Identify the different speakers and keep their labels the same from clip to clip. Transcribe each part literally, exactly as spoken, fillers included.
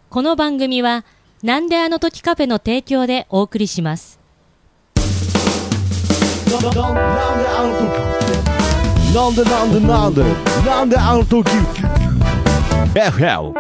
Speaker 1: この番組はなんであの時カフェの提供でお送りします。
Speaker 2: なんであの時なんでなんでなんでなんであの時 エフエル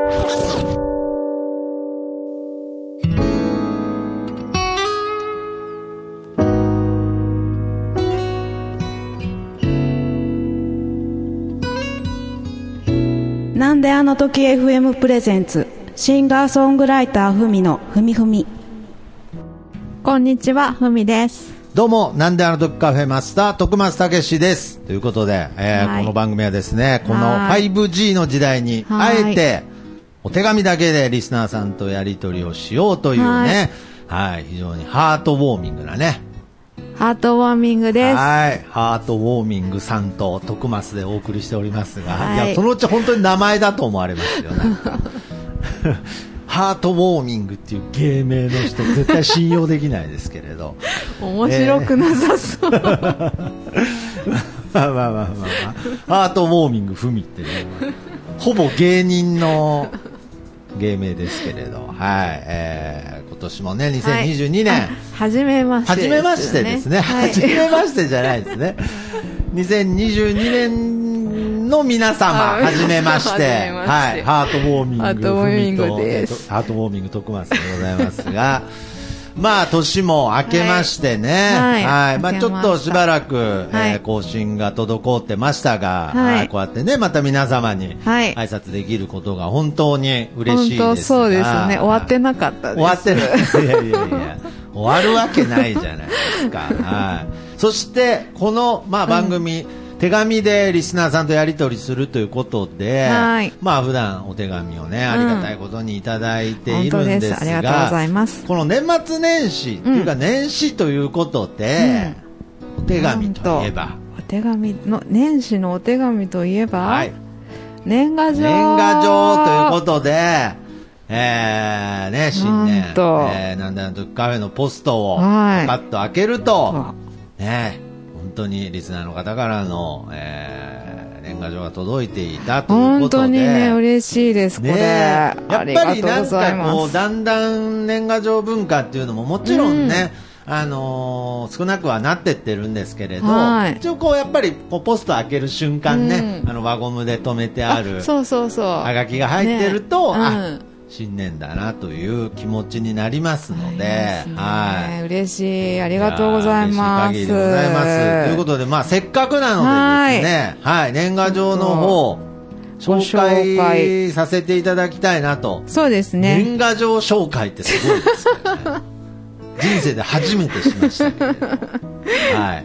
Speaker 3: なんであの時 エフエム プレゼンツシンガーソングライターふみのふみふみ。こんにちは、ふみです。
Speaker 4: どうも、なんであの時カフェマスター徳松たけしです。ということで、えーはい、この番組はですね、この ファイブジー の時代にあえてお手紙だけでリスナーさんとやり取りをしようというね、はい、はい、非常にハートウォーミングなね、
Speaker 3: ハートウォーミングです。
Speaker 4: はい、ハートウォーミングさんと徳松でお送りしておりますが、はい、いやそのうち本当に名前だと思われますよね。ハートウォーミングっていう芸名の人絶対信用できないですけれど
Speaker 3: 面白くなさそう、えー、まあまあ
Speaker 4: まあまあまあ、ハートウォーミングふみってね、ほぼ芸人の芸名ですけれど、はい、えー、今年もねにせんにじゅうにねん、はい、
Speaker 3: はじめましてですね、
Speaker 4: はじめましてですね、
Speaker 3: はい、
Speaker 4: はじめましてじゃないですね。にせんにじゅうにねんの皆様、はじめまして、はい、ハートウォーミング、
Speaker 3: ハートウォーミングです。
Speaker 4: ハートウォーミング徳松でございますが、まあ年も明けましてね、はい、はい、まあちょっとしばらく、はい、えー、更新が滞ってましたが、はいはい、こうやってねまた皆様に挨拶できることが本当に嬉しいですが、
Speaker 3: 本当そうですね、終わってなかったです。
Speaker 4: 終わってない、いやいやいや、終わるわけないじゃないですか。はい。そしてこのまあ番組、うん、手紙でリスナーさんとやり取りするということで、はい、まあ普段お手紙をね、ありがたいことにいただいているんですが、
Speaker 3: うん、ありがとうございます。
Speaker 4: この年末年始というか年始ということで、うん、お手紙といえば、
Speaker 3: お手紙の年始のお手紙といえば、はい、年賀状
Speaker 4: 年賀状ということで、えーね、新年、えー、なんであの時カフェのポストをパッと開けると、ね、本当にリスナーの方からの、えー、年賀状が届いていたということで、
Speaker 3: 本当にね、嬉しいです、これ、ね、
Speaker 4: やっぱりなんかこうだんだん年賀状文化っていうのももちろんね、うん、あのー、少なくはなってってるんですけれど、はい、一応こうやっぱりこうポスト開ける瞬間ね、うん、あの輪ゴムで留めてある
Speaker 3: そうそうそう
Speaker 4: はがきが入ってると、ね、
Speaker 3: うん、
Speaker 4: あ、新年だなという気持ちになりますので、
Speaker 3: ね、はい、嬉しい、ありがとうございます。
Speaker 4: 嬉しい限りでございます。ということで、まあせっかくなのでですね、はい、はい、年賀状の方紹介させていただきたいなと。
Speaker 3: そうですね。
Speaker 4: 年賀状紹介ってすごいですよね。人生で初めてしましたけれど。はい。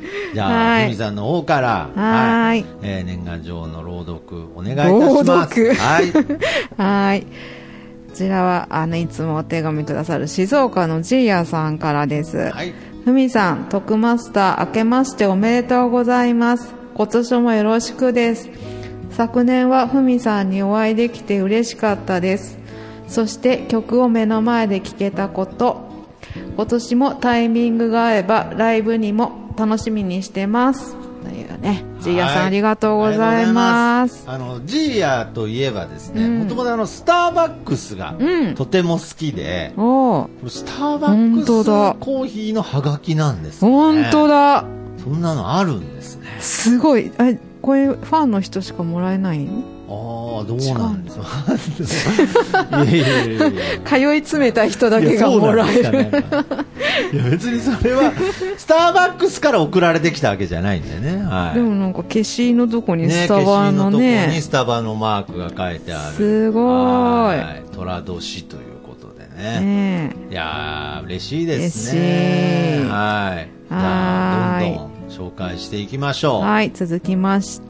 Speaker 4: じゃあ、ふみさんの方から、はい、えー、年賀状の朗読お願いいたします。
Speaker 3: 朗読。
Speaker 4: はい。
Speaker 3: はい。こちらはあのいつもお手紙くださる静岡のジーヤさんからです。はい。ふみさん、徳マスター明けましておめでとうございます。今年もよろしくです。昨年はふみさんにお会いできて嬉しかったです。そして曲を目の前で聴けたこと、今年もタイミングが合えばライブにも楽しみにしてます。というね、ジーヤさん、はい、ありがとうございます。
Speaker 4: あのジーヤといえばですね、もともとあのスターバックスがとても好きで、うん、おスターバックスコーヒーのハガキなんですね。
Speaker 3: 本当だ。
Speaker 4: そんなのあるんですね。
Speaker 3: すごい。あ、これファンの人しかもらえないの？
Speaker 4: ああ、どうなんですか。いやいやいやいや、
Speaker 3: 通い詰めた人だけがもらえる。
Speaker 4: いや、いや別にそれはスターバックスから送られてきたわけじゃないんだよね。はい。
Speaker 3: でもなんか消しのとこにスタバのね、
Speaker 4: ね、消しのとこにスタバのマークが書いてある。
Speaker 3: すごい。
Speaker 4: はい。寅年ということでね。ね、いやー嬉しいですね。嬉しい。はい。じゃあどんどん紹介していきましょう。
Speaker 3: はい。続きまして。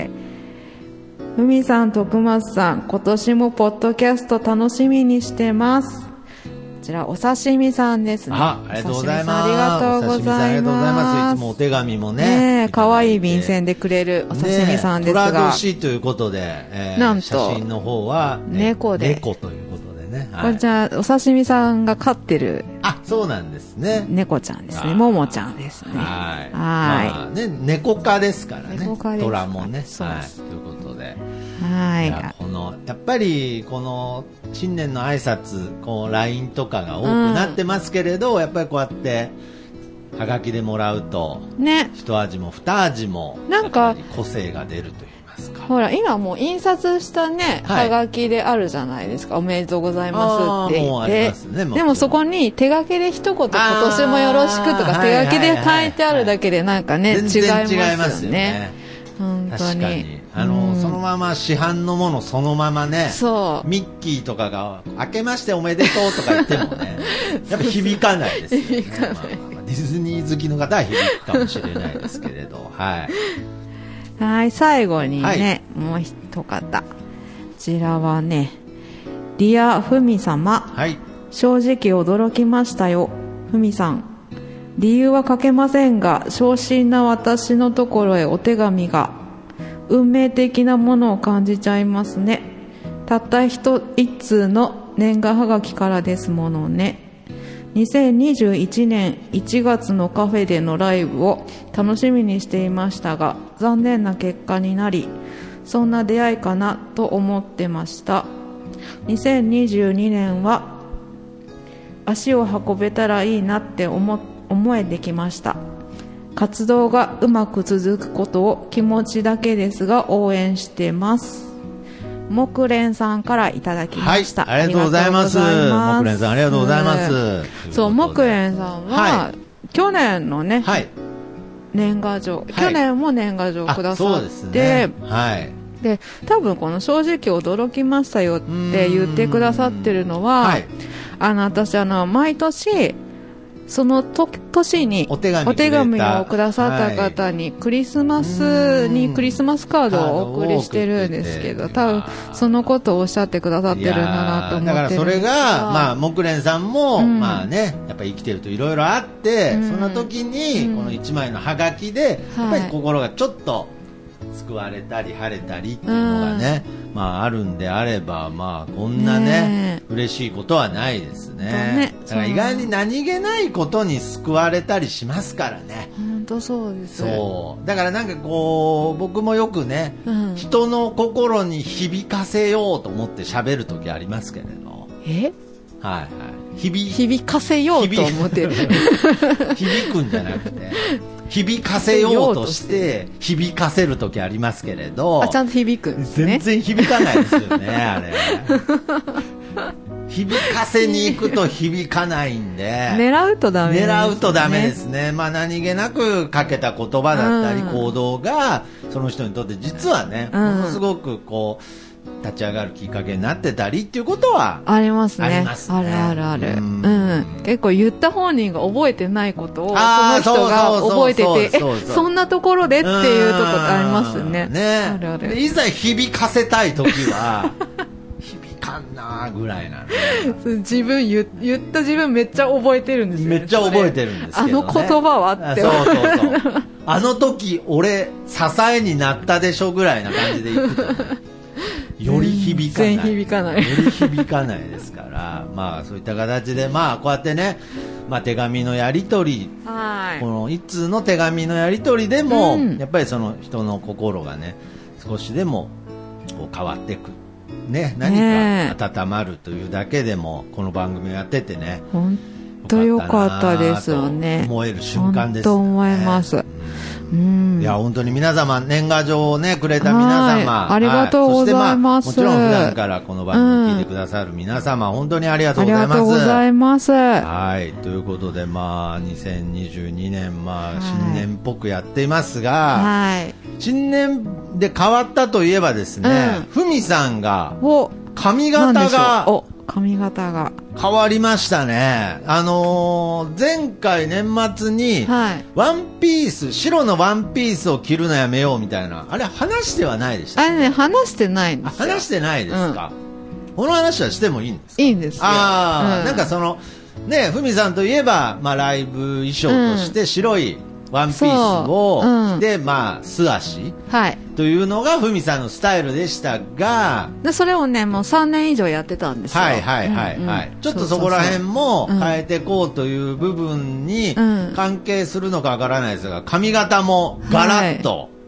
Speaker 3: ふみさん、徳松さん、今年もポッドキャスト楽しみにしてます。こちらお刺身さんですね。
Speaker 4: あ、ありがとうございます。
Speaker 3: ありがとうございます。お刺身さん、ありがとうございます。
Speaker 4: いつもお手紙もね、
Speaker 3: ね、可愛い便箋でくれるお刺身さんですが、
Speaker 4: 寅年ということで、えー、なんと写真の方は、ね、猫で猫ということでね。
Speaker 3: はい、これじゃあお刺身さんが飼ってる、
Speaker 4: あ、そうなんですね。
Speaker 3: 猫ちゃんですね。ももちゃんですね。
Speaker 4: はい。はい。まあね、猫科ですからね。
Speaker 3: 猫科です。
Speaker 4: 虎もね。はい。ということで。
Speaker 3: はい。
Speaker 4: いや、このやっぱりこの新年の挨拶こう ライン とかが多くなってますけれど、うん、やっぱりこうやってはがきでもらうと、ね、一味も二味もなんか個性が出ると言いますか。
Speaker 3: ほら今もう印刷したね、はい、はがきであるじゃないですか。おめでとうございますって言って、ね、でもそこに手書きで一言今年もよろしくとか手書きで書いてあるだけでなんかね、
Speaker 4: 全然違い
Speaker 3: ますよね。本当に
Speaker 4: 確かにあの、うん、そのまま市販のものそのままね、そうミッキーとかが明けましておめでとうとか言ってもねやっぱ響かないですよね。響かない、まあまあ、ディズニー好きの方は響くかもしれないですけれどはい
Speaker 3: はい最後にね、はい、もう一方こちらはねディアふみ様、はい、正直驚きましたよ。ふみさん理由は書けませんが小心な私のところへお手紙が運命的なものを感じちゃいますね。たった一通の年賀はがきからですものね。にせんにじゅういちねんいちがつのカフェでのライブを楽しみにしていましたが残念な結果になりそんな出会いかなと思ってました。にせんにじゅうにねんは足を運べたらいいなって思って思えてきました。活動がうまく続くことを気持ちだけですが応援してます。木蓮さんからいただきました、
Speaker 4: はい、ありがとうございます。木蓮さんありがとうございます。
Speaker 3: そう木蓮さんは、はい、去年のね、はい、年賀状、はい、去年も年賀状くださって、そうですね、はい、で多分この正直驚きましたよって言ってくださってるのは、はい、あの私あの毎年そのと年にお手紙、お手紙をくださった方にクリスマスにクリスマスカードをお送りしてるんですけど多分そのことをおっしゃってくださってるんだなと思ってるんですがだから
Speaker 4: それが、まあ、木蓮さんも、うん、まあね、やっぱり生きてるといろいろあって、うん、そんな時に、うん、このいちまいのハガキで、やっぱり心がちょっと救われたり晴れたりっていうのがね、うん、まああるんであればまあこんなね、ね嬉しいことはないですね。ねだから意外に何気ないことに救われたりしますからね。
Speaker 3: 本当そうです。
Speaker 4: そうだからなんかこう僕もよくね、うん、人の心に響かせようと思って喋る時ありますけれど。
Speaker 3: え
Speaker 4: はいはい、響,
Speaker 3: 響かせようと思ってる
Speaker 4: 響くんじゃなくて響かせようとして響かせるときありますけれど
Speaker 3: あちゃんと響くんですね。
Speaker 4: 全然響かないですよねあれ響かせに行くと響かないんで
Speaker 3: 狙うとダメですね。
Speaker 4: 狙うとダメですね。まあ何気なくかけた言葉だったり行動がその人にとって実はね、うん、ものすごくこう立ち上がるきっかけになってたりっていうことは
Speaker 3: ありますね。ありますね。あるあるある。うん、うん、結構言った本人が覚えてないことをその人が覚えててえそんなところでっていうところありますね。ね。あるある。
Speaker 4: いざ響かせたい時は響かんなぐらいな、ね、
Speaker 3: 自分 言, 言った自分めっちゃ覚えてるんですよね。
Speaker 4: めっちゃ覚えてるんですけど、ね、
Speaker 3: あの言葉はって
Speaker 4: そうそうそうあの時俺支えになったでしょぐらいな感じで言ってた、ねより響かない。
Speaker 3: 全然響かない。
Speaker 4: より響かないですから、まあそういった形で、まあこうやってね、まあ手紙のやり取り、はい、この一通の手紙のやり取りでも、うん、やっぱりその人の心がね、少しでもこう変わっていく。ね、何か温まるというだけでも、この番組をやっててね、
Speaker 3: 本当良かったですよね。
Speaker 4: 思える瞬間です、ね。
Speaker 3: 本当思います。うん、
Speaker 4: いや本当に皆様年賀状をねくれた皆様
Speaker 3: ありがとうございます。
Speaker 4: そしてまあもちろん普段からこの番組を聞いてくださる皆様、うん、本当にありがとうございます。
Speaker 3: ありがとうございます。
Speaker 4: はいということでまあにせんにじゅうにねんまあ新年っぽくやっていますが、はい、新年で変わったといえばですね、ふみ、うん、さんが髪型が
Speaker 3: 髪型が
Speaker 4: 変わりましたね。あのー、前回年末に、はい、ワンピース白のワンピースを着るのやめようみたいなあれ話してはないでした、
Speaker 3: ね、あれね話してないんですよ。
Speaker 4: 話してないですか、うん、この話はしてもいいんですか。
Speaker 3: いいんですよ。
Speaker 4: あ、うん、なんかそのねふみさんといえば、まあ、ライブ衣装として白い、うんワンピースを着て、うん、まあ素足、はい、というのがふみさんのスタイルでしたが
Speaker 3: でそれをねもうさんねん以上やってたんですよ。
Speaker 4: はいはいはい、うんうん、ちょっとそこら辺も変えていこうという部分に関係するのかわからないですが髪型もガラッと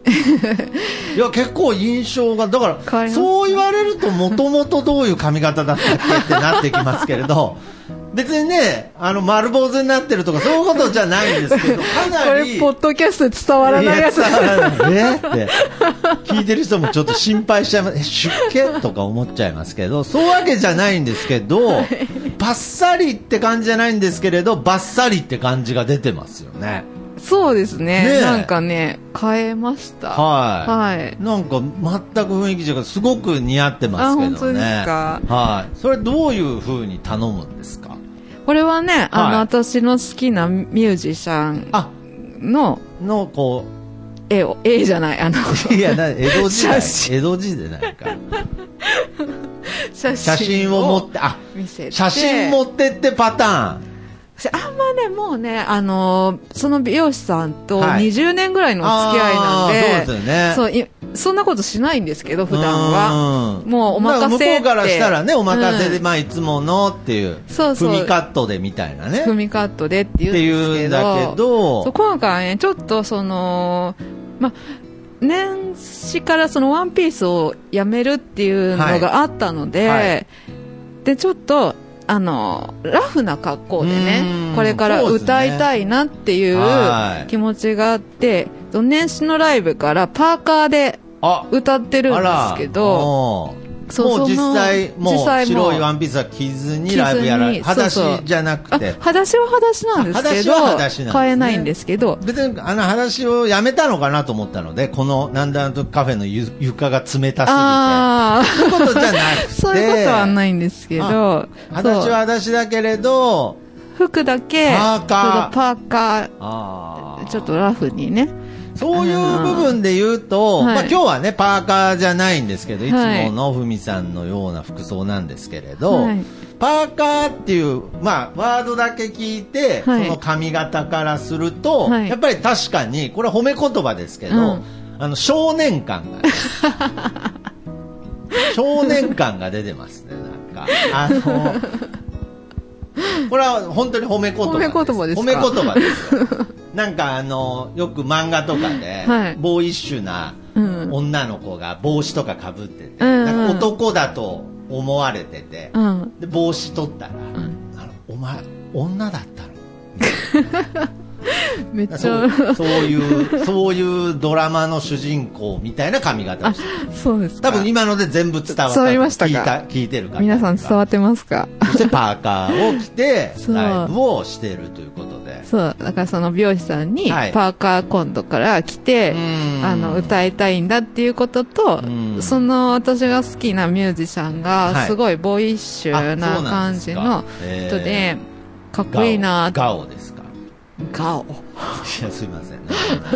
Speaker 4: いや結構印象がだからそう言われるともともとどういう髪型だったっけってなってきますけれど別にねあの丸坊主になってるとかそういうことじゃないんですけどかなり
Speaker 3: これポッドキャストで伝わらないやつ
Speaker 4: 伝わらないねって聞いてる人もちょっと心配しちゃいます出家とか思っちゃいますけどそういうわけじゃないんですけどバッサリって感じじゃないんですけれどバッサリって感じが出てますよね。
Speaker 3: そうです ね, ねなんかね変えました。
Speaker 4: はい、
Speaker 3: はい、
Speaker 4: なんか全く雰囲気違うすごく似合ってますけどね。
Speaker 3: あ本当ですか。
Speaker 4: はい、それどういう風に頼むんですか。
Speaker 3: これはね、あの、はい、私の好きなミュージシャンの
Speaker 4: のこ
Speaker 3: う絵を絵じゃないあの
Speaker 4: いやな江戸時代江戸時代なんか
Speaker 3: 写
Speaker 4: 真, 写真を持ってあ
Speaker 3: 見せて
Speaker 4: 写真持ってってパターン
Speaker 3: あんまねもうねあのー、その美容師さんとにじゅうねんぐらいのお付き合いなんで、
Speaker 4: はい、そうですよね。
Speaker 3: そういそんなことしないんですけど普段はもうお任せって
Speaker 4: 向こうからしたらねお任せで、うん、まあいつものっていう
Speaker 3: そうそう
Speaker 4: 踏みカットでみたいなね
Speaker 3: 踏みカットでっていうんですけど
Speaker 4: っていうんだけど
Speaker 3: そう今回ねちょっとそのまあ年始からそのワンピースをやめるっていうのがあったので、はいはい、でちょっとあのラフな格好でねこれから歌いたいなっていう気持ちがあって、ね、年始のライブからパーカーで歌ってるんですけど
Speaker 4: そうもう実際もう白いワンピースは着ずにライブやら裸足じゃなくて
Speaker 3: 裸足は裸足なんですけど
Speaker 4: 裸足は裸足なんです、ね、
Speaker 3: 買えないんですけど
Speaker 4: 別にあの裸足をやめたのかなと思ったのでこのなんだとカフェの床が冷たすぎてそういうことじゃなくて
Speaker 3: そういうことはないんですけど
Speaker 4: 裸足は裸足だけれど
Speaker 3: 服だけ
Speaker 4: パーカー
Speaker 3: パーカーちょっとラフにね
Speaker 4: そういう部分で言うと、はいまあ、今日はねパーカーじゃないんですけどいつものふみさんのような服装なんですけれど、はい、パーカーっていう、まあ、ワードだけ聞いて、はい、その髪型からすると、はい、やっぱり確かにこれは褒め言葉ですけど、うん、あの少年感が、ね、少年感が出てますねなんかあのこれは本当に褒め言葉です。
Speaker 3: 褒め言葉ですか。
Speaker 4: 褒め言葉ですよ。なんかあのよく漫画とかで、はい、ボーイッシュな女の子が帽子とかかぶってて、うん、なんか男だと思われてて、うん、で帽子取ったら、うん、あのお前女だったの
Speaker 3: めっちゃ
Speaker 4: そう、そういうそういうドラマの主人公みたいな髪型をしてる。
Speaker 3: そうですか。
Speaker 4: 多分今ので全部伝わった。
Speaker 3: 伝わりましたか。
Speaker 4: 聞いた聞いてる方。
Speaker 3: 皆さん伝わってますか。
Speaker 4: そしてパーカーを着てライブをしているということで。
Speaker 3: そうだからその美容師さんにパーカー今度から着て、はい、あの歌いたいんだっていうことと、その私が好きなミュージシャンがすごいボーイッシュな感じの人でかっこいいな。
Speaker 4: ガオですか。
Speaker 3: ガオ
Speaker 4: いやすいません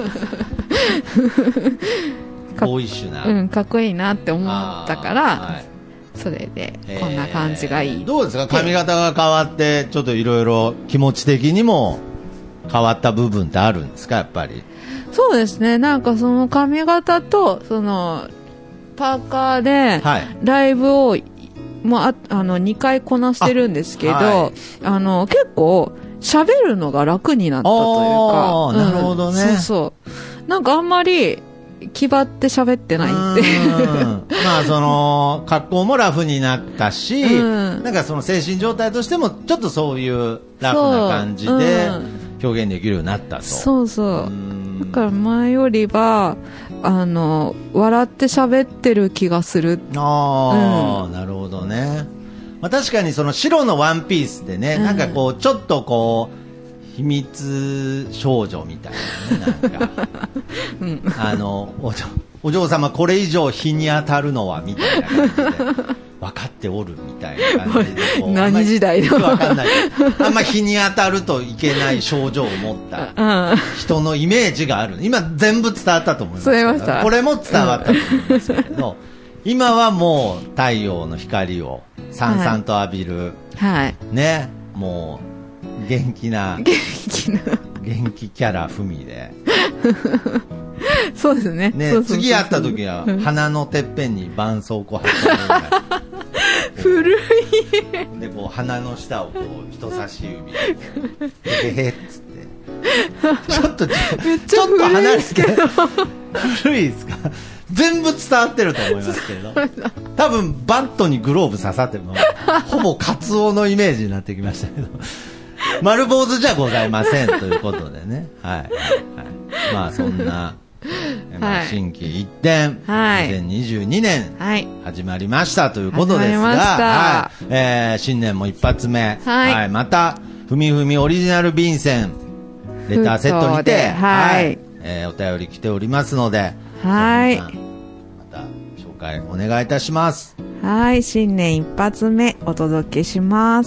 Speaker 4: ボーイッシュな、
Speaker 3: うん、かっこいいなって思ったから、はい、それでこんな感じがいい。
Speaker 4: どうですか髪型が変わってちょっといろいろ気持ち的にも変わった部分ってあるんですかやっぱり。
Speaker 3: そうですねなんかその髪型とそのパーカーでライブを、もう あ, あのにかいこなしてるんですけど あ,、はい、あの結構喋るのが楽になったというか、
Speaker 4: うん、なるほどね。
Speaker 3: そうそうなんかあんまり気張って喋ってないっていう
Speaker 4: まあその格好もラフになったし、うん、なんかその精神状態としてもちょっとそういうラフな感じで表現できるようになったと。
Speaker 3: そうそう、うん、だから前よりはあの笑って喋ってる気がする。
Speaker 4: ああ、うん、なるほどね。まあ、確かにその白のワンピースでね、うん、なんかこうちょっとこう秘密少女みたいなねなんか、うん、あの お, お嬢様これ以上日に当たるのはみたいな感じで分かっておるみたいな感じでこう
Speaker 3: 何時代の
Speaker 4: 分かんないあんま日に当たるといけない症状を持った人のイメージがある。今全部伝わったと思いますけどこれも伝わったと思いますけど、うん今はもう太陽の光をさんさんと浴びる、
Speaker 3: はい、
Speaker 4: ね、もう元気な
Speaker 3: 元気な
Speaker 4: 元気キャラふみで
Speaker 3: そうですね。
Speaker 4: ね、そうそうそうそう次会った時は鼻のてっぺんに絆創膏貼って
Speaker 3: 古い
Speaker 4: でこう鼻の下をこう人差し指でへへっつってちょっとちょっと離れて古いですか？全部伝わってると思いますけど、多分バットにグローブ刺さってるのほぼカツオのイメージになってきましたけど、丸坊主じゃございませんということでね、はい、はい、まあそんな、まあ、心機一転、はい、にせんにじゅうにねん、はい、始まりましたということですが、はい、えー、新年も一発目、はいはい、またふみふみオリジナル便箋レターセットにて、はい、えー、お便り来ておりますので、はい、また紹介お願いいたします。
Speaker 3: はい、新年一発目お届けします。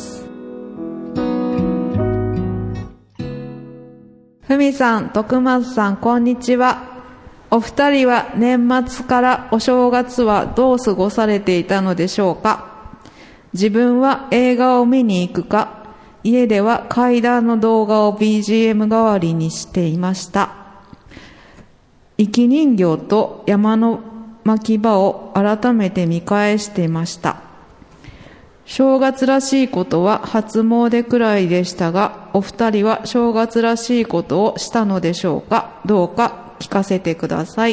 Speaker 3: ふみさん、徳松さん、こんにちは。お二人は年末からお正月はどう過ごされていたのでしょうか。自分は映画を見に行くか、家では怪談の動画を ビージーエム 代わりにしていました。生き人形と山の巻き場を改めて見返していました。正月らしいことは初詣くらいでしたが、お二人は正月らしいことをしたのでしょうか。どうか聞かせてください。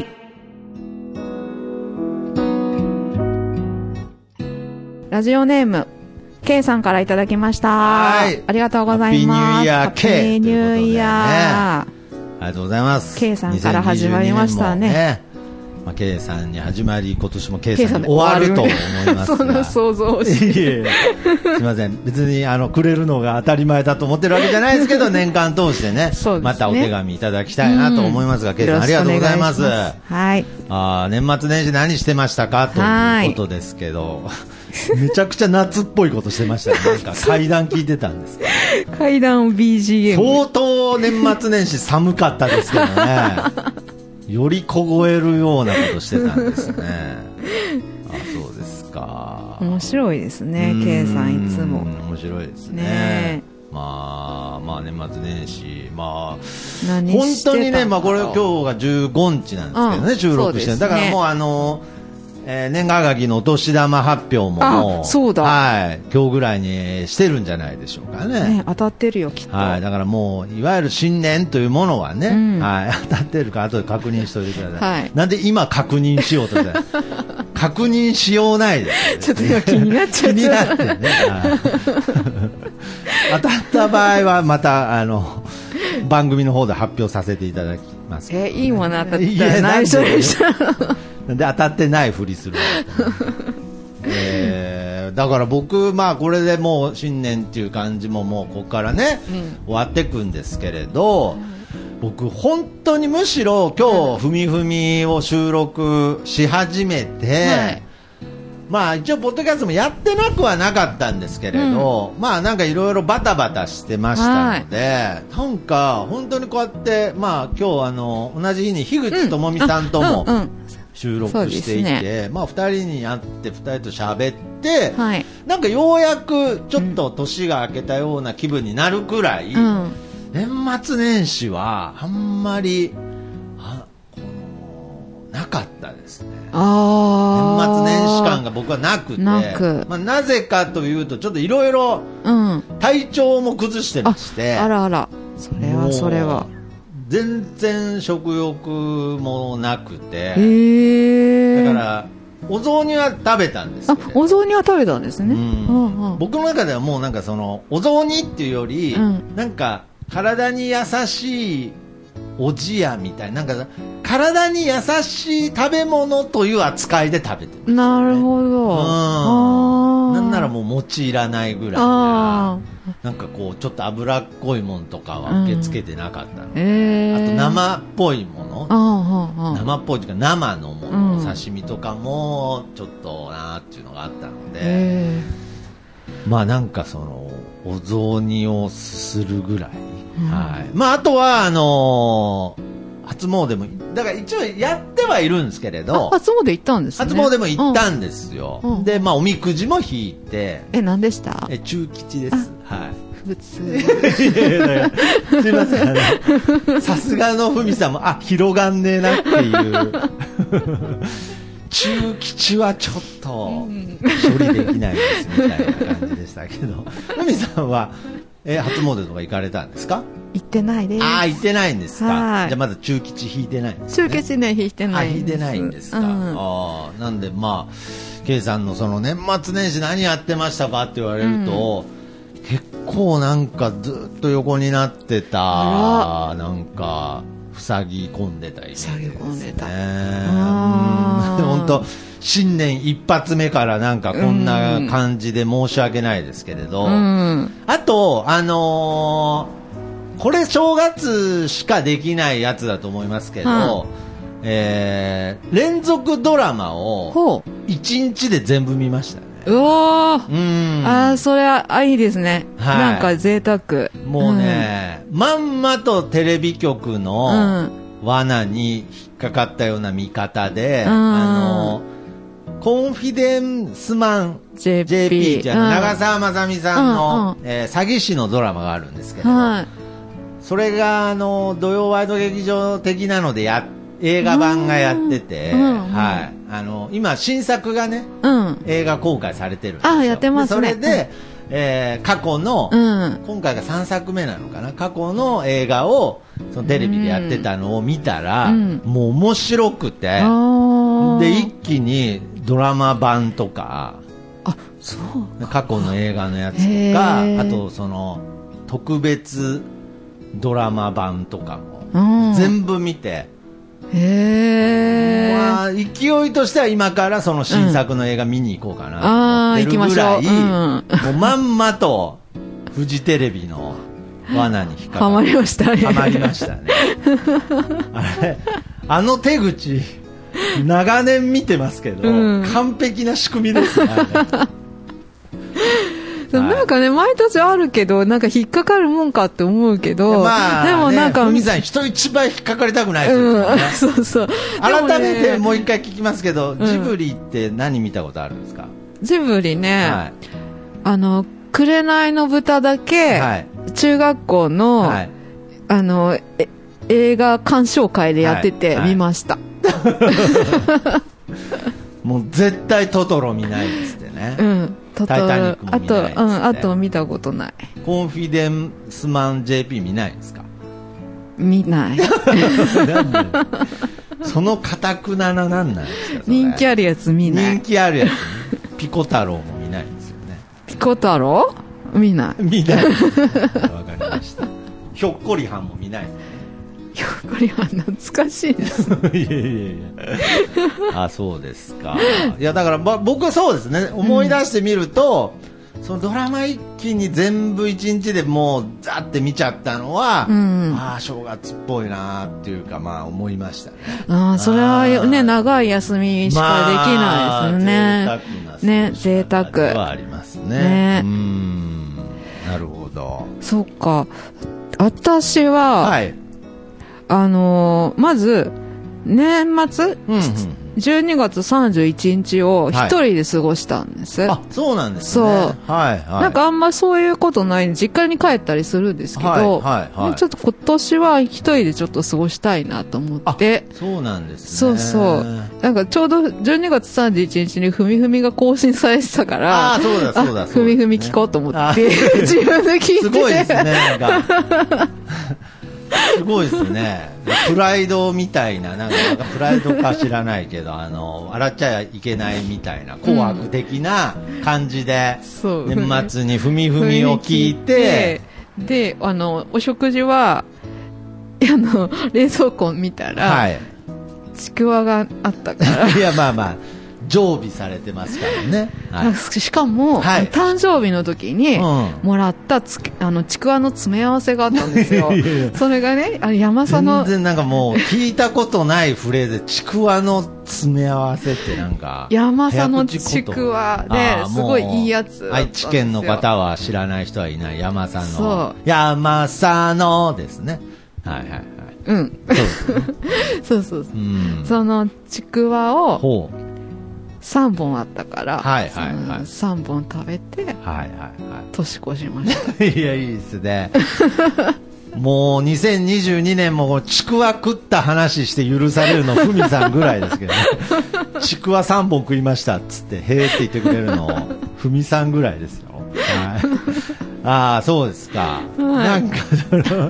Speaker 3: ラジオネーム K さんからいただきました。はい、ありがとうございます。
Speaker 4: ハッピーニューイヤー K
Speaker 3: ハッピーニューイヤー、
Speaker 4: ありがとうございます。
Speaker 3: K さんから始まりましたね。
Speaker 4: ね、まあ、K さんに始まり今年も K さんに終わると思いますが、
Speaker 3: そんな想像をして
Speaker 4: いえいえ、すいません、別にあのくれるのが当たり前だと思ってるわけじゃないですけど、年間通して ね, ねまたお手紙いただきたいなと思いますが、うん、K さんありがとうございます。
Speaker 3: はい、
Speaker 4: あ、年末年始何してましたかということですけど、めちゃくちゃ夏っぽいことしてましたね。なんか怪談聞いてたんですか？
Speaker 3: 怪談を ビージーエム
Speaker 4: 相当年末年始寒かったですけどねより凍えるようなことしてたんですね。あ、そうですか。
Speaker 3: 面白いですね、 K さんいつも
Speaker 4: 面白いですね。ね、まあ、まあ年末年始、まあ
Speaker 3: 何
Speaker 4: 本当にね、まあこれ今日がじゅうごにちなんですけどね、うん、収録して、ね、だからもうあのえー、年賀はがきのお年玉発表ももう、
Speaker 3: そうだ、
Speaker 4: はい、今日ぐらいにしてるんじゃないでしょうかね。
Speaker 3: ね、当たってるよきっと。
Speaker 4: はい、だからもういわゆる新年というものはね、うん、はい、当たってるか後で確認しておいてください。はい、なんで今確認しようとして確認しようないです、ね、
Speaker 3: ちょっと今気になっちゃう。
Speaker 4: 気になってね。当たった場合はまたあの番組の方で発表させていただきます。
Speaker 3: えー、いいもの当たったら内緒でした。
Speaker 4: で当たってないふりする、えー、だから僕、まあ、これでもう新年っていう感じももうここからね、うん、終わっていくんですけれど、僕本当にむしろ今日ふみふみを収録し始めて、はい、まあ一応ポッドキャストもやってなくはなかったんですけれど、うん、まあなんかいろいろバタバタしてましたので、はい、なんか本当にこうやってまあ今日あの同じ日に樋口智美さんとも、うんうんうん、収録していて、ね、まあ、ふたりに会ってふたりと喋って、はい、なんかようやくちょっと年が明けたような気分になるくらい、うん、年末年始はあんまりあこのなかったですね。あ、年末年始感が僕はなくて、なく、まあ、なぜかというとちょっといろいろ体調も崩してまして、
Speaker 3: うん、あ, あらあら、それはそれは
Speaker 4: 全然食欲もなくて、へー、だからお雑煮は食べたんですけど、
Speaker 3: あ、お雑煮は食べたんですね、うん
Speaker 4: うんうん、僕の中ではもうなんかそのお雑煮っていうより、うん、なんか体に優しいおじやみたいな、なんか体に優しい食べ物という扱いで食べてます、ね、
Speaker 3: なるほど、うん、あ、
Speaker 4: なんならもう餅いらないぐらいな、なんかこうちょっと脂っこいものとかは受け付けてなかったので、うん、えー、あと生っぽいもの、あ、生っぽいというか生のもの、うん、刺身とかもちょっとなーっていうのがあったので、えー、まあなんかそのお雑煮をするぐらい、うん、はい、まああとはあのー初詣もだから一応やってはいるんですけれど、
Speaker 3: 初詣行ったんですね。
Speaker 4: 初詣も行ったんですよ、うん、でまあおみくじも引いて、
Speaker 3: え、何でした？
Speaker 4: え、中吉です。はい、
Speaker 3: 普通
Speaker 4: すいません、さすがのふみさんもあ、広がんねえなっていう中吉はちょっと処理できないですみたいな感じでしたけどふみさんはえ初詣とか行かれたんですか？
Speaker 3: 行ってないです。
Speaker 4: ああ、行ってないんですか。
Speaker 3: はい。
Speaker 4: じゃあまだ中吉引いてないんですね。
Speaker 3: 中吉ね、引いてない
Speaker 4: んです。あ、引いてないんですか。うん、ああ、なんでまあ、K さんのその年末年始何やってましたかって言われると、うん、結構なんかずっと横になってた、なんか、塞ぎ込んでたイメージですね。塞ぎ込んでた。本当新年一発目からなんかこんな感じで申し訳ないですけれど、うん、あと、あのー、これ正月しかできないやつだと思いますけど、はい、えー、連続ドラマを一日で全部見ましたね。
Speaker 3: うおー、うん、ああ、それはあいいですね、はい、なんか贅沢。
Speaker 4: もうね、うん、まんまとテレビ局の罠に引っかかったような見方で、うん、あのコンフィデンスマン ジェーピー じゃ、うん、長澤まさみさんの、うんうん、えー、詐欺師のドラマがあるんですけど、はい、それがあの土曜ワイド劇場的なのでや映画版がやってて、うんうん、はい、あの今新作がね、うん、映画公開されてるんですよ。
Speaker 3: あ、やってますね。
Speaker 4: それで、うん、えー、過去の、うん、今回がさんさくめなのかな、過去の映画をそのテレビでやってたのを見たら、うん、もう面白くて、で一気にドラマ版とか、
Speaker 3: あ、そう
Speaker 4: 過去の映画のやつとか、あとその特別ドラマ版とかも全部見て、
Speaker 3: へー、
Speaker 4: まあ、勢いとしては今からその新作の映画見に行こうかなと思ってるぐらい、うん、もうまんまとフジテレビの罠に引っかかって
Speaker 3: はまりましたね。
Speaker 4: はまりましたね。あれ、あの手口長年見てますけど、うん、完璧な仕組みですね。
Speaker 3: なんかね、毎年あるけど、なんか引っかかるもんかって思うけど、
Speaker 4: まあ、でもなんか、ふみさん人一番引っかかりたくないですよね。うん、
Speaker 3: そうそう。
Speaker 4: 改めてもう一回聞きますけど、ね、ジブリって何見たことあるんですか？
Speaker 3: ジブリね、はい、あの、紅の豚だけ、はい、中学校の、はい、あの、え映画鑑賞会でやってて見ました。
Speaker 4: はい、もう絶対トトロ見ないですってね。うん。タイタニックも見ないですね。
Speaker 3: あと、うん、あと見たことない。
Speaker 4: コンフィデンスマン ジェーピー 見ないですか？
Speaker 3: 見ない。
Speaker 4: その堅くなななんなんですか？
Speaker 3: 人気あるやつ見ない。
Speaker 4: 人気あるやつ、ね、ピコ太郎も見ないんですよね。
Speaker 3: ピコ太郎見ない。
Speaker 4: 見ない。わかりました。ひょっこりはんも見ない。
Speaker 3: ひょっこりはん懐かしいです。
Speaker 4: いやいやいや。あ、そうですか。いやだから、ま、僕はそうですね。思い出してみると、うん、そのドラマ一気に全部一日でもうザーって見ちゃったのは、うん、ああ正月っぽいなっていうか、まあ思いましたね。
Speaker 3: ああ、それはね、長い休みしかできないですね。
Speaker 4: まあ、
Speaker 3: ね、贅沢
Speaker 4: ではありますね。ね、うん、なるほど。
Speaker 3: そっか。私は、はい、あのー、まず年末、うんうん、じゅうにがつさんじゅういちにちを一人で過ごしたんです、はい、
Speaker 4: あ、そうなんですね。
Speaker 3: そう、
Speaker 4: はいはい、
Speaker 3: なんかあんまそういうことない実家に帰ったりするんですけど、はいはいはい、ちょっと今年は一人でちょっと過ごしたいなと思って。
Speaker 4: そうなんですね。
Speaker 3: そうそう、なんかちょうどじゅうにがつさんじゅういちにちにふみふみが更新されてたから、
Speaker 4: あ、そうだそうだ、
Speaker 3: ふみふみ聞こうと思って自分で聞いて、
Speaker 4: すごいですね。なんかすごいですね。プライドみたいな、なんかプライドか知らないけど、あの笑っちゃいけないみたいな紅白的な感じで、うん、年末にふみふみを聞いて、
Speaker 3: で、あのお食事はあの冷蔵庫を見たら、はい、ちくわがあったから
Speaker 4: いやまあまあ常備されてますからね、
Speaker 3: はい、しかも、はい、誕生日の時にもらったつ、うん、あのちくわの詰め合わせがあったんですよ。いやいや、それがね、あの山佐の
Speaker 4: 全然なんかもう聞いたことないフレーズでちくわの詰め合わせってなんか
Speaker 3: 山佐のちくわですごいいいやつ。
Speaker 4: 愛知県の方は知らない人はいない。山佐の山佐のですね。はいはいはい。
Speaker 3: うん。そうですね。そうそうそう。うん、そのちくわをほうさんぼんあったから、はいはいはい、さんぼん食べて、はいはいはい、年越しました。
Speaker 4: いや、いいですね。もうにせんにじゅうにねんもちくわ食った話して許されるのふみさんぐらいですけどね。ちくわさんぼん食いましたっつってへーって言ってくれるのふみさんぐらいですよ。はい、ああ、そうですか。はい、なんかその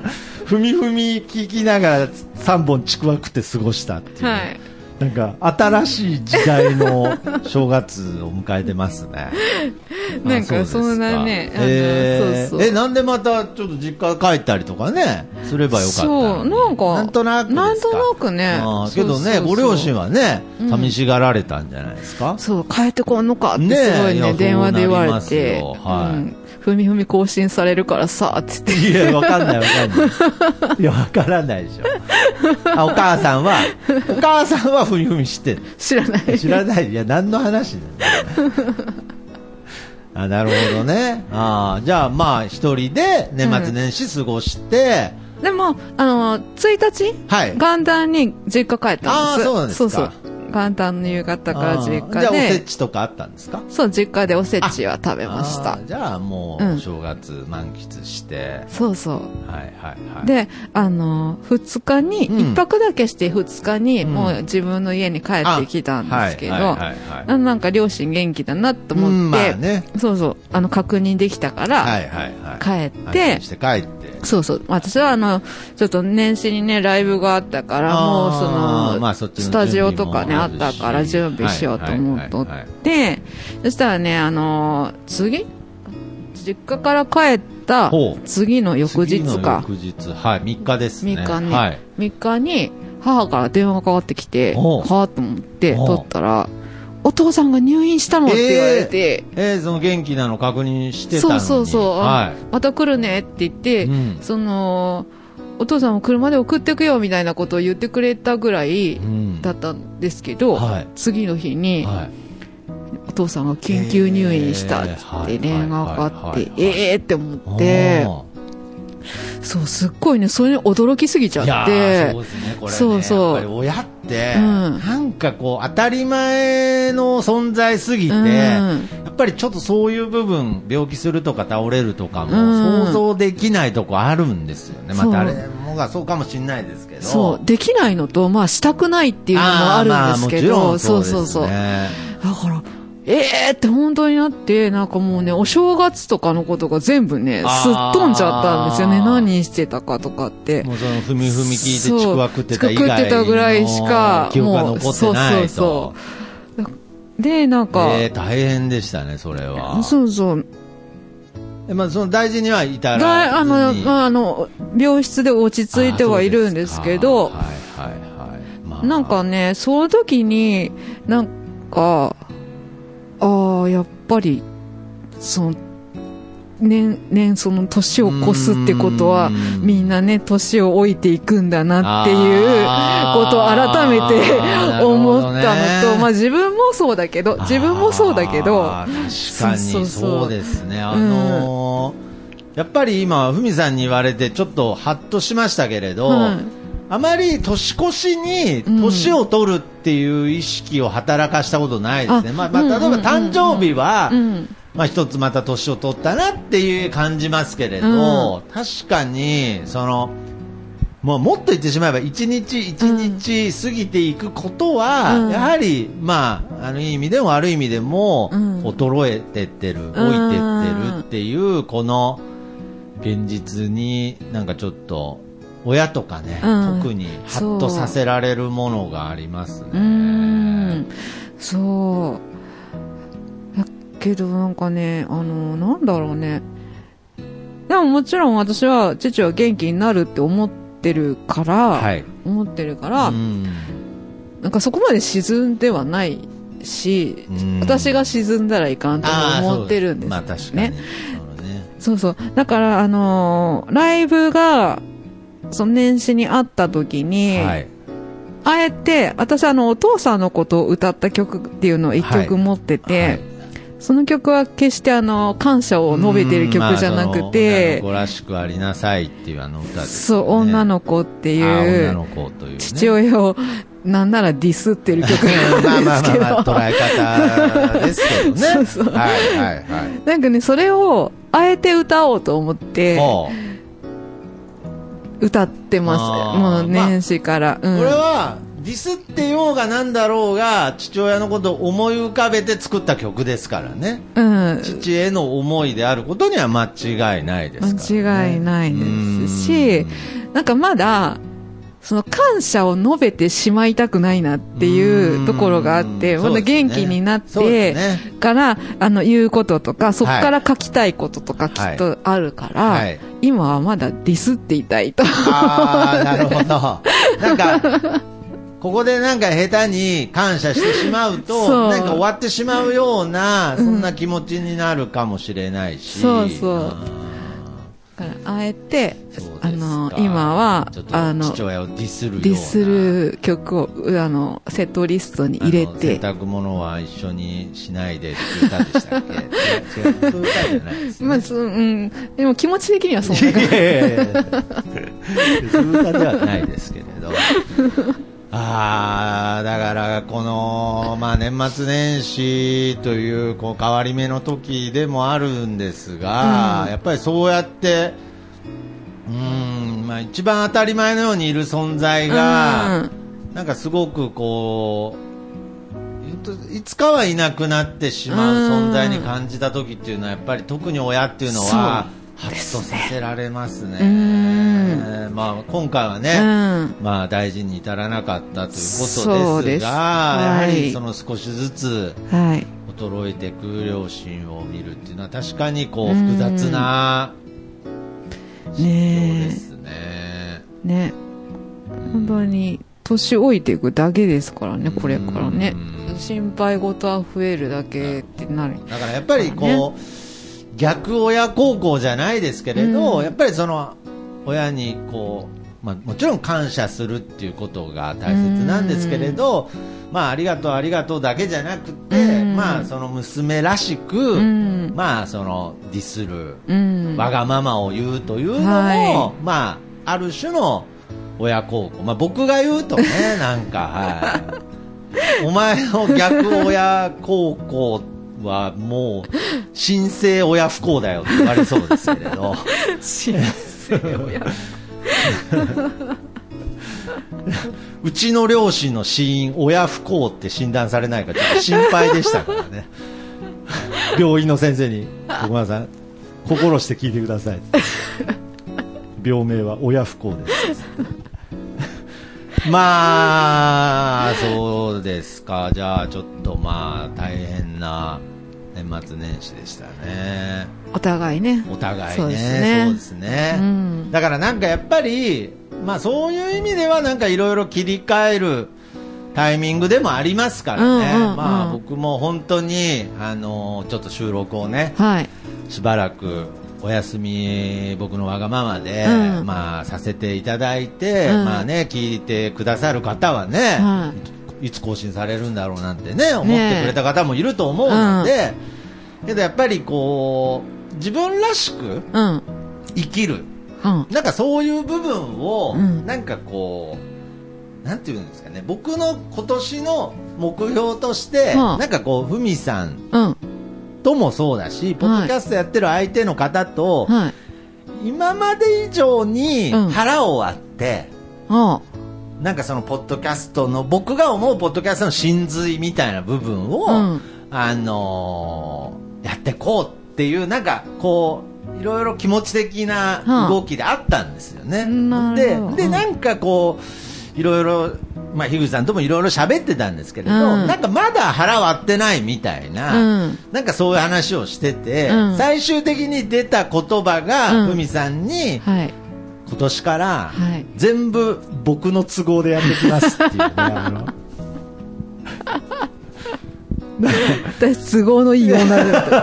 Speaker 4: ふみふみ聞きながらさんぼんちくわ食って過ごしたっていう、はい、なんか新しい時代の正月を迎えてますね。
Speaker 3: なんかそんなね、
Speaker 4: えー、そうそう、え、なんでまたちょっと実家帰ったりとかねすればよかったのに。そう、なんかなんとなくですか。
Speaker 3: なんとなくね。
Speaker 4: あけどね、そうそうそう、ご両親はね寂しがられたんじゃないですか。
Speaker 3: うん、そう、帰ってこんのかってすごいね、ね、電話で言われて、はい、うん、ふみふみ更新されるからさって言って。
Speaker 4: いや、わかんないわかんない。いや、わからないでしょ。あ、お母さんはお母さんはふみふみ知ってる。
Speaker 3: 知らない。
Speaker 4: 知らない。いや、何の話なんだよ。あ、なるほどね。あ、じゃあまあ一人で年末年始過ごして、
Speaker 3: うん、でもあのついたち、はい、元旦に実家帰ったんです。
Speaker 4: あ、そうなんですか。そうそう、
Speaker 3: 元旦の夕方から実家で。
Speaker 4: じゃあおせちとかあったんですか。
Speaker 3: そう、実家でおせちは食べました。
Speaker 4: じゃあもう、うん、正月満喫して。
Speaker 3: そうそう、
Speaker 4: はいはいはい。
Speaker 3: で、あのふつかに一、うん、泊だけしてふつかにもう自分の家に帰ってきたんですけど、なんか両親元気だなと思って、うん、まあね、そうそう、あの確認できたから、はいはいはい、帰って、
Speaker 4: して帰って、
Speaker 3: そうそう、私はあのちょっと年始にねライブがあったから、もうその、まあ、そっちのスタジオとかねあったから準備しようと思っとって、そしたらね、あの次実家から帰った次の翌日か、
Speaker 4: 翌日、はい、みっかですね。
Speaker 3: みっかね、はい、みっかに母から電話がかかってきて、はぁと思って取ったら、お父さんが入院したのって言われて、
Speaker 4: えー、えー、その元気なの確認してたのに、
Speaker 3: そうそうそう、はい、また来るねって言って、うん、そのお父さんを車で送ってくよみたいなことを言ってくれたぐらいだったんですけど、うん、はい、次の日に、はい、お父さんが緊急入院したって電話があって、えーって思って、そう、すっごいね、それに驚きすぎちゃって。
Speaker 4: そうですね、これね、そうそう、やっぱり親って、うん、なんかこう当たり前の存在すぎて、うん、やっぱりちょっとそういう部分、病気するとか倒れるとかも想像できないとこあるんですよね。うん、まあ誰もがそうかもしれないですけど、
Speaker 3: そうできないのと、まあしたくないっていうのもあるんですけど、まあ、そうそうそう、だからえーって本当になって、なんかもうね、お正月とかのことが全部ね、すっ飛んじゃったんですよね。何してたかとかって。
Speaker 4: もうその踏み踏み聞いてちくわ食ってた以外の
Speaker 3: 食ってたぐらいしか、
Speaker 4: 記憶が残ってないと。そうそうそう。
Speaker 3: で、なんか。
Speaker 4: えー、大変でしたね、それは。
Speaker 3: そうそう。
Speaker 4: え、まあ、その大事にはいたらずに。
Speaker 3: あの、まあ、あの、病室で落ち着いてはいるんですけど、はいはいはい。まあ、なんかね、その時に、なんか、ああ、やっぱり、その、年、年、その年を越すってことは、みんなね、年を老いていくんだなっていうことを改めて思ったのと、ね、まあ自分もそうだけど、自分もそうだけど、
Speaker 4: 確かにそうですね。あのーうん、やっぱり今、ふみさんに言われてちょっとハッとしましたけれど、うん、あまり年越しに年を取るっていう意識を働かしたことないですね。うん、まあ、まあ、例えば誕生日は、うんまあ、一つまた年を取ったなっていう感じますけれど、うん、確かにそのもうもっと言ってしまえば一日一日過ぎていくことは、うん、やはり、まあ、あのいい意味でも悪い意味でも、うん、衰えてってる、老いてってるっていうこの現実になんかちょっと親とかね、うん、特にハッとさせられるものがありますね。
Speaker 3: うん、そうけどなんかね、あのなんだろうね、でももちろん私は父は元気になるって思ってるから、はい、思ってるから、うん、なんかそこまで沈んではないし、うん、私が沈んだらいかんと思ってるんですよね。まあ確かに、ね、そうそう、だからあのー、ライブがその年始にあった時に、はい、あえて私あのお父さんのことを歌った曲っていうのを一曲持ってて、はいはい、その曲は決してあの感謝を述べている曲じゃなくて、
Speaker 4: まあ、女の子らしくありなさいっていうあの歌ですね。
Speaker 3: そう、女の子っていう、女の子というね、父親をなんならディスってる曲なんですけどまあまあまあ、まあ、捉え方ですけどねそうそう、はいはいはい、なんかねそれをあえて歌おうと思って歌ってます。もう年始から、
Speaker 4: まあうん、これはディスってようがなんだろうが父親のことを思い浮かべて作った曲ですからね、うん、父への思いであることには間違いないですからね。
Speaker 3: 間違いないですし、 なんかまだ、その感謝を述べてしまいたくないなっていうところがあって、まだ元気になってから、あの、言うこととか、そこから書きたいこととかきっとあるから、はいはい、今はまだディスっていたいと。
Speaker 4: ああ、なるほど。なんか、ここでなんか下手に感謝してしまうと、なんか終わってしまうような、そんな気持ちになるかもしれないし。
Speaker 3: うん、そうそう。だからあえて、あの、今は、あの、
Speaker 4: 父親をディスるような。
Speaker 3: ディスる曲を、あの、セットリストに入れて。
Speaker 4: 洗濯物は一緒にしないでっていう歌でしたっけ？違う、そういう歌じゃないですね。
Speaker 3: まあ、そう、うん。でも気持ち的にはそうだから。いやいやいや
Speaker 4: そういう歌ではないですけれど。ああ、だからこの、まあ、年末年始という、こう変わり目の時でもあるんですが、うん、やっぱりそうやってうーん、まあ、一番当たり前のようにいる存在が、うん、なんかすごくこういつかはいなくなってしまう存在に感じた時っていうのはやっぱり特に親っていうのはハッとさせられますね。うんまあ、今回はね、うんまあ、大事に至らなかったということですが、はい、やはりその少しずつ衰えていく両親を見るっていうのは確かにこう複雑な心境ですね。
Speaker 3: ね、本当に年老いていくだけですからね、これからね。心配事は増えるだけってなる。
Speaker 4: だからやっぱりこう、ね、逆親孝行じゃないですけれど、うん、やっぱりその親にこう、まあ、もちろん感謝するっていうことが大切なんですけれど、うんまあ、ありがとうありがとうだけじゃなくて、うん、まあその娘らしく、うん、まあそのディスる、うん、わがままを言うというのも、はい、まあある種の親孝行、まあ僕が言うとねなんかはい、お前の逆親孝行はもう新生親不幸だよって言われそうですけれど
Speaker 3: 新生親
Speaker 4: うちの両親の死因親不幸って診断されないかちょっと心配でしたからね病院の先生に徳間さん心して聞いてください病名は親不幸ですまあそうですか。じゃあちょっとまあ大変な年末年始でしたね。
Speaker 3: お互いね。
Speaker 4: お互いね。そうですね。そうですね、うん、だからなんかやっぱりまあそういう意味ではなんかいろいろ切り替えるタイミングでもありますからね、うんうんうん、まあ僕も本当にあのちょっと収録をね、はい、しばらくお休み僕のわがままで、うんまあ、させていただいて、うんまあね、聞いてくださる方はね、はい、いつ更新されるんだろうなんてね思ってくれた方もいると思うので、ねうん、けどやっぱりこう自分らしく生きる、うん、なんかそういう部分を、うん、なんかこうなんていうんですかね、僕の今年の目標として、うん、なんかこうふみさん、うんともそうだし、ポッドキャストやってる相手の方と、はい、今まで以上に腹を割って、うん、なんかそのポッドキャストの僕が思うポッドキャストの真髄みたいな部分を、うん、あのー、やってこうっていうなんかこういろいろ気持ち的な動きであったんですよね。うん、ででなんかこういろいろまあ、樋口さんともいろいろ喋ってたんですけれど、うん、なんかまだ腹割ってないみたいな、うん、なんかそういう話をしてて、うん、最終的に出た言葉がふみ、うん、さんに、はい、今年から全部僕の都合でやってきますっていうね、あの
Speaker 3: 私都合のいい女だ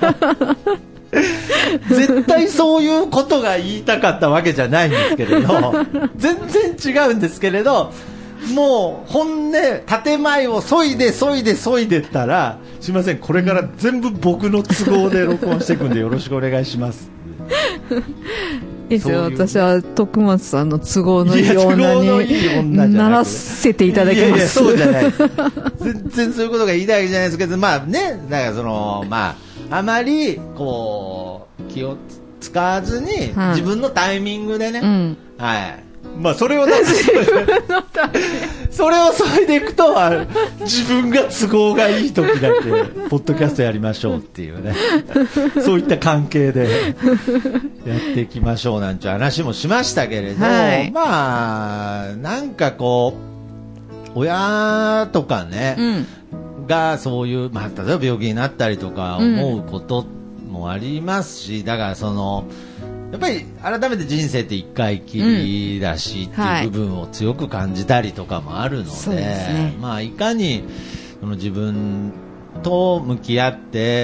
Speaker 4: 絶対そういうことが言いたかったわけじゃないんですけれど全然違うんですけれど、もう本音建前を削いで削いで削いでったら、すいませんこれから全部僕の都合で録音していくんでよろしくお願いします
Speaker 3: いいですよ、私は徳松さんの都合のいい女にならせていただきます。いやいや
Speaker 4: そうじゃない全然そういうことが言いたいわけじゃないですけど、まあね、だからそのまああまりこう気を使わずに、うん、自分のタイミングでね、うん、はいまあそれをなんかそれをそれでいくと自分が都合がいい時だけポッドキャストやりましょうっていうねそういった関係でやっていきましょうなんて話もしましたけれど、はい、まあなんかこう親とかね、うん、がそういう、まあ、例えば病気になったりとか思うこともありますし、うん、だからそのやっぱり改めて人生って一回きりだし、うん、っていう部分を強く感じたりとかもあるので、そうですね、まあ、いかにその自分と向き合って、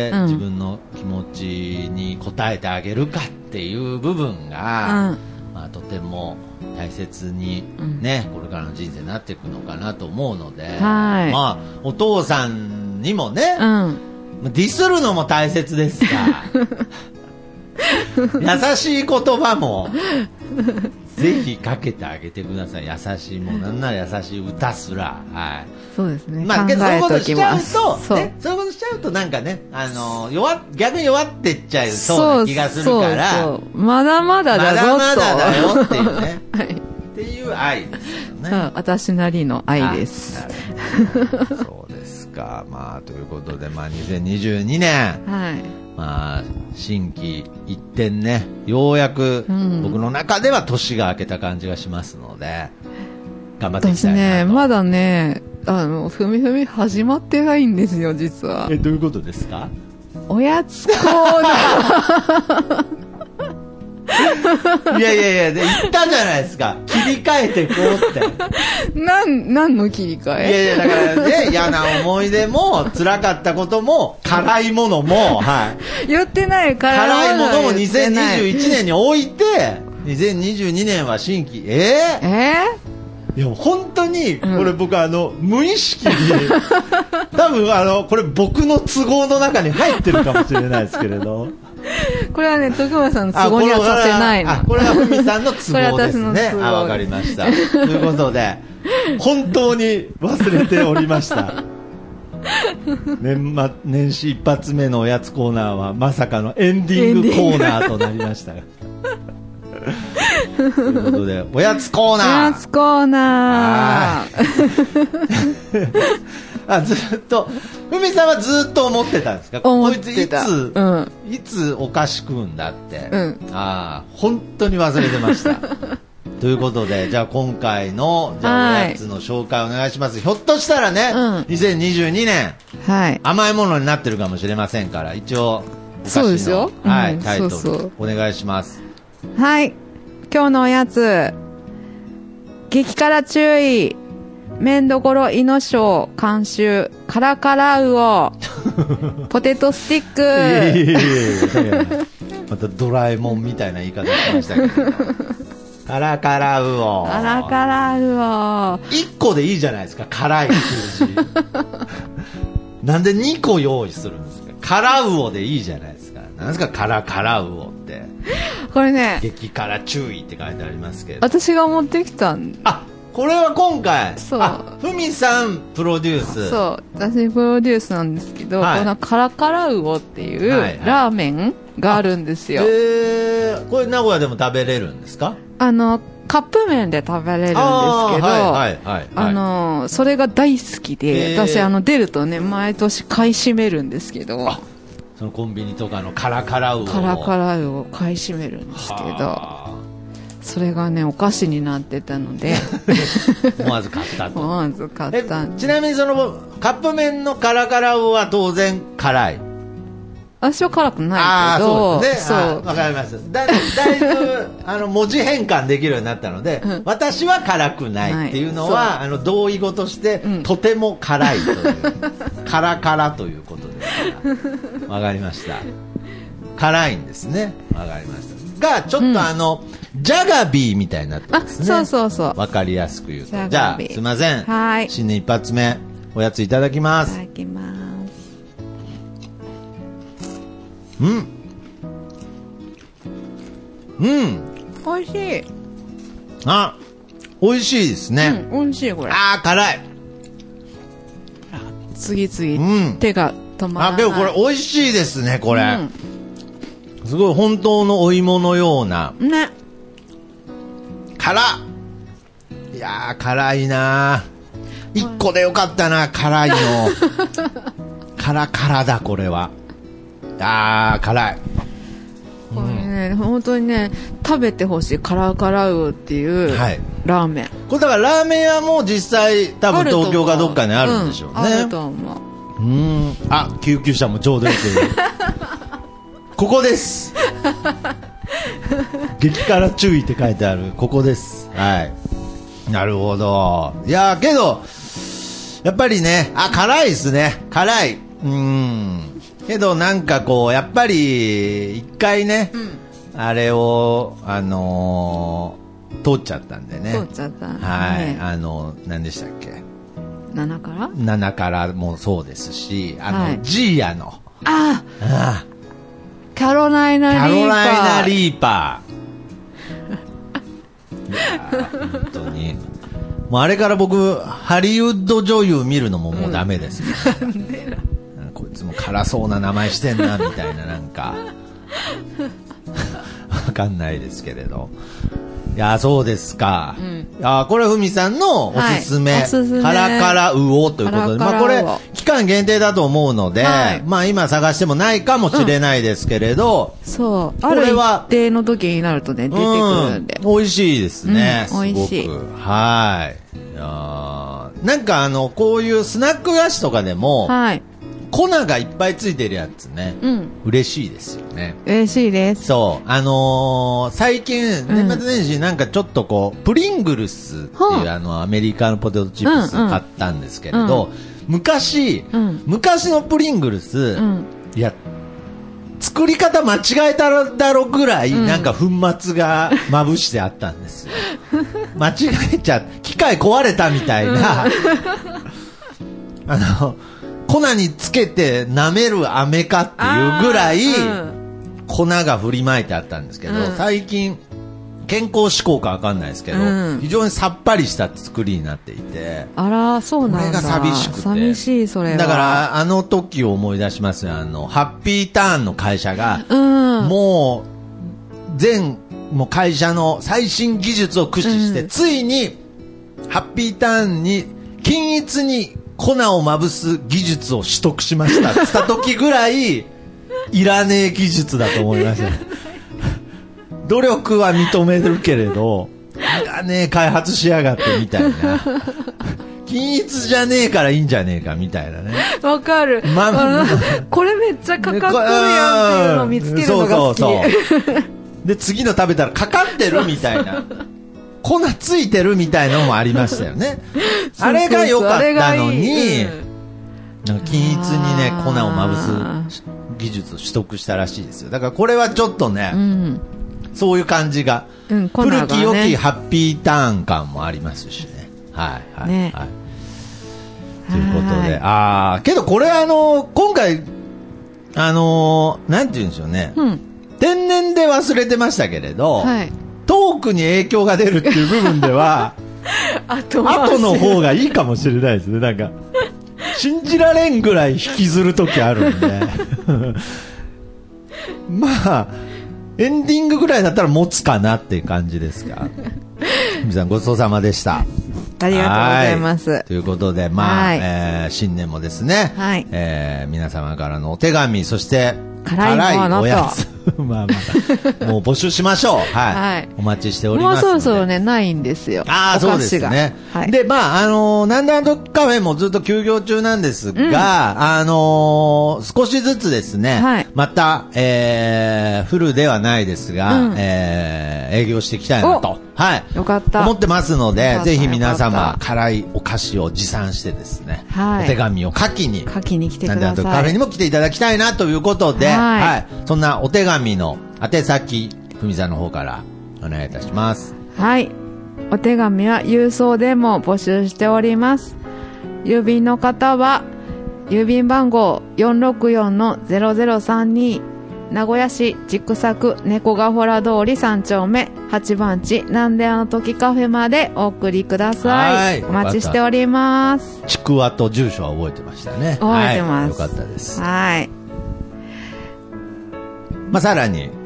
Speaker 4: うん、自分の気持ちに応えてあげるかっていう部分が、うんまあ、とても大切に、ねうん、これからの人生になっていくのかなと思うので、はいまあ、お父さんにもね、うん、ディスるのも大切ですが優しい言葉もぜひかけてあげてください。優しいもんなんなら優しい歌すら、はい、
Speaker 3: そうですね。
Speaker 4: まあ、けどそういうことしちゃうとそう、ね、そういうことしちゃうとなんかね、あの弱逆に弱ってっちゃうそうな気がするから
Speaker 3: そうそうまだまだだぞと
Speaker 4: まだまだだよっていうね、はい、っていう愛ですよね。
Speaker 3: そう私なりの愛です。
Speaker 4: そうですか。まあということで、まあ、にせんにじゅうにねん、はいまあ、心機一転ね、ようやく僕の中では年が明けた感じがしますので、うん、頑張っていきたいなと。
Speaker 3: 私ね、まだね、あの、ふみふみ始まってないんですよ、実は。
Speaker 4: え、どういうことですか？
Speaker 3: おやつコーナー。
Speaker 4: いやいやいや、言ったじゃないですか。切り替えていこうって。
Speaker 3: なん、なんの切り替え？
Speaker 4: いやいや、だからね、嫌な思い出も、辛かったことも、辛いものも、はい。
Speaker 3: 言ってない、
Speaker 4: 辛いものもにせんにじゅういちねんに置いて、にせんにじゅうにねんは新規、えー、
Speaker 3: え
Speaker 4: ー、いや、本当に、これ僕、うん、あの、無意識に、多分、あの、これ僕の都合の中に入ってるかもしれないですけれど。
Speaker 3: これはね、徳間さんの都合にはさせないの。
Speaker 4: あ、これはふみさんの都合ですね。あ、わかりました。ということで、本当に忘れておりました。年末、年始一発目のおやつコーナーは、まさかのエンディングコーナーとなりました。ということで、おやつコーナー。
Speaker 3: おやつコーナ
Speaker 4: ー。あ、ずっと、ふみさんはずっと思ってたんですか？
Speaker 3: 思ってた。
Speaker 4: こいついつ、
Speaker 3: うん、
Speaker 4: いつお菓子食うんだって。
Speaker 3: うん、
Speaker 4: ああ、本当に忘れてました。ということで、じゃあ今回の、じゃあおやつの紹介お願いします。ひょっとしたらね、うん、にせんにじゅうにねん、はい、甘いものになってるかもしれませんから、一応、お菓子の、
Speaker 3: そうですよ。
Speaker 4: はい、
Speaker 3: うん、
Speaker 4: タイトル、
Speaker 3: そうそう
Speaker 4: お願いします。
Speaker 3: はい。今日のおやつ、激辛注意。麺どころいのしょう監修カラカラウオポテトスティック。いやいやいやいや
Speaker 4: またドラえもんみたいな言い方しましたけどカラカラウオ
Speaker 3: カラカラウオ
Speaker 4: いっこでいいじゃないですか。辛い数字なんでにこ用意するんですか。カラウオでいいじゃないですか。なんですかカラカラウオって。
Speaker 3: これね
Speaker 4: 激辛注意って書いてありますけど、
Speaker 3: 私が持ってきたん。
Speaker 4: あ、これは今回、そう、あ、ふみさんプロデュース。
Speaker 3: そう、私プロデュースなんですけど、はい、このカラカラウオっていうラーメンがあるんですよ。
Speaker 4: へ、えー、これ名古屋でも食べれるんですか？
Speaker 3: あの、カップ麺で食べれるんですけど、あ、はいはいはい、あの、それが大好きで、私あの出るとね、毎年買い占めるんですけど、
Speaker 4: あ、そのコンビニとかのカラカラウオ。
Speaker 3: カラカラウオを買い占めるんですけど、それがねお菓子になってたので
Speaker 4: 思わず買ったと。
Speaker 3: 思わず買った。
Speaker 4: ちなみにそのカップ麺のカラカラウオは当然辛い。
Speaker 3: 私は辛くないけど。
Speaker 4: あ、そうですね。そう、わかります。だ, だいぶあの文字変換できるようになったので、うん、私は辛くないっていうのは、はい、あの同意語として、うん、とても辛いというカラカラということですから。わかりました。辛いんですね。わかりました。がちょっとあの、うん、ジャガビーみたいになってますね。
Speaker 3: そうそうそう。
Speaker 4: わかりやすく言うと。じゃあすいません。はい。新年一発目おやついただきます。
Speaker 3: いただきます。
Speaker 4: うん。うん。
Speaker 3: 美味しい。
Speaker 4: あ、美味しいですね。
Speaker 3: うん、美味しいこれ。
Speaker 4: あー、辛い。
Speaker 3: 次々、うん、手が止まらない。
Speaker 4: あ、でもこれ美味しいですねこれ。うん、すごい本当のお芋のような。
Speaker 3: ね。
Speaker 4: 辛っ。 やー、辛いな。一個でよかったな、辛いの。辛辛だ、これは。あー、辛い。
Speaker 3: これね、うん、本当にね、食べてほしい、辛辛うっていうラーメン。はい、
Speaker 4: これだからラーメン屋も実際多分東京かどっかにあるんでしょうね。うん、
Speaker 3: あると思う。
Speaker 4: うん。あ、救急車もちょうどよくここです激辛注意って書いてあるここです。はい、なるほど。いやけどやっぱりね、あ、辛いですね、辛い。うん、けどなんかこうやっぱり一回ね、うん、あれをあのー、通っちゃったんでね。
Speaker 3: 通っちゃった、
Speaker 4: はい、ね、あの何でしたっけ、
Speaker 3: 七辛
Speaker 4: 七辛もそうですし、あの、はい、ジーヤの
Speaker 3: ああキャロライナリーパー。
Speaker 4: キャロライナリーパー。いや本当に。もうあれから僕ハリウッド女優見るのももうダメです、うん、こいつも辛そうな名前してんなみたいな、なんかわかんないですけれど。いやそうですか、うん、あこれふみさんのおすすめ、はい、おすすめカラカラウオということで、まあ、これ期間限定だと思うので、はい、まあ、今探してもないかもしれないですけれど、
Speaker 3: うん、そうこれはある一定の時になるとね出てくるんで、
Speaker 4: うん、美味しいですね、うん、
Speaker 3: 美味しい。
Speaker 4: はい、いやなんかあのこういうスナック菓子とかでも、はい、粉がいっぱいついてるやつね、うん、嬉しいですよね。
Speaker 3: 嬉しいです。
Speaker 4: そうあのー、最近年末年始なんかちょっとこう、うん、プリングルスっていう、あのアメリカのポテトチップス買ったんですけれど、うんうん、昔、うん、昔のプリングルス、うん、いや作り方間違えただろぐらい、うん、なんか粉末がまぶしてあったんですよ間違えちゃ機械壊れたみたいな、うん、あの粉につけて舐める飴かっていうぐらい、うん、粉が振りまいてあったんですけど、うん、最近健康志向かわかんないですけど、うん、非常にさっぱりした作りになっていて、
Speaker 3: あらそうなんだ。
Speaker 4: これが寂しくて
Speaker 3: 寂しい。それは
Speaker 4: だからあの時を思い出しますよ。あのハッピーターンの会社が、うん、もう全もう会社の最新技術を駆使して、うん、ついにハッピーターンに均一に粉をまぶす技術を取得しましたって言った時ぐらいいらねえ技術だと思いました努力は認めるけれどいらねえ開発しやがってみたいな均一じゃねえからいいんじゃねえかみたいなね。
Speaker 3: わかる、まあ、これめっちゃかかってるやんっていうのを見つけるのが好き。そうそうそう
Speaker 4: で次の食べたらかかってるみたいな粉ついてるみたいのもありましたよねあれが良かったのに、いい、うん、なんか均一にね粉をまぶす技術を取得したらしいですよ。だからこれはちょっとね、うん、そういう感じが、うん、古き良きハッピーターン感もありますしね。はいはい、ね、はい、ということで、ああけどこれあの今回あのー、なんて言うんでしょうね、うん、天然で忘れてましたけれど、はい、トークに影響が出るっていう部分では後の方がいいかもしれないですね。なんか信じられんぐらい引きずる時あるんでまあエンディングぐらいだったら持つかなっていう感じですが皆さんごちそうさまでした。
Speaker 3: ありがとうございます。
Speaker 4: ということで、まあ、えー、新年もですね、はい、えー、皆様からのお手紙、そして辛いおやつまあまあもう募集しましょう。はい、はい、お待ちしておりますので。
Speaker 3: もうそろそろねないんですよ。
Speaker 4: ああそうですね。はい、でまああのー、なんであのカフェもずっと休業中なんですが、うん、あのー、少しずつですね、はい、また、えー、フルではないですが、うん、えー、営業していきたいなと、はい、
Speaker 3: よかった
Speaker 4: 思ってますので、ぜひ皆様辛いお菓子を持参してですね、はい、お手紙を書きに
Speaker 3: 書きに来てください。
Speaker 4: なんであのカフェにも来ていただきたいなということで、はいはい、そんなお手紙の宛先ふみさんの方からお願いいたします。
Speaker 3: はい、お手紙は郵送でも募集しております。郵便の方は郵便番号 よんろくよんのゼロゼロさんに 名古屋市千種区猫ヶ原通りさん丁目はちばん地なんであの時カフェまでお送りください。お待ちしております。
Speaker 4: ちくわと住所は覚えてましたね。
Speaker 3: 覚えてます、
Speaker 4: はい、よかったです。
Speaker 3: はい、
Speaker 4: まあ、さらに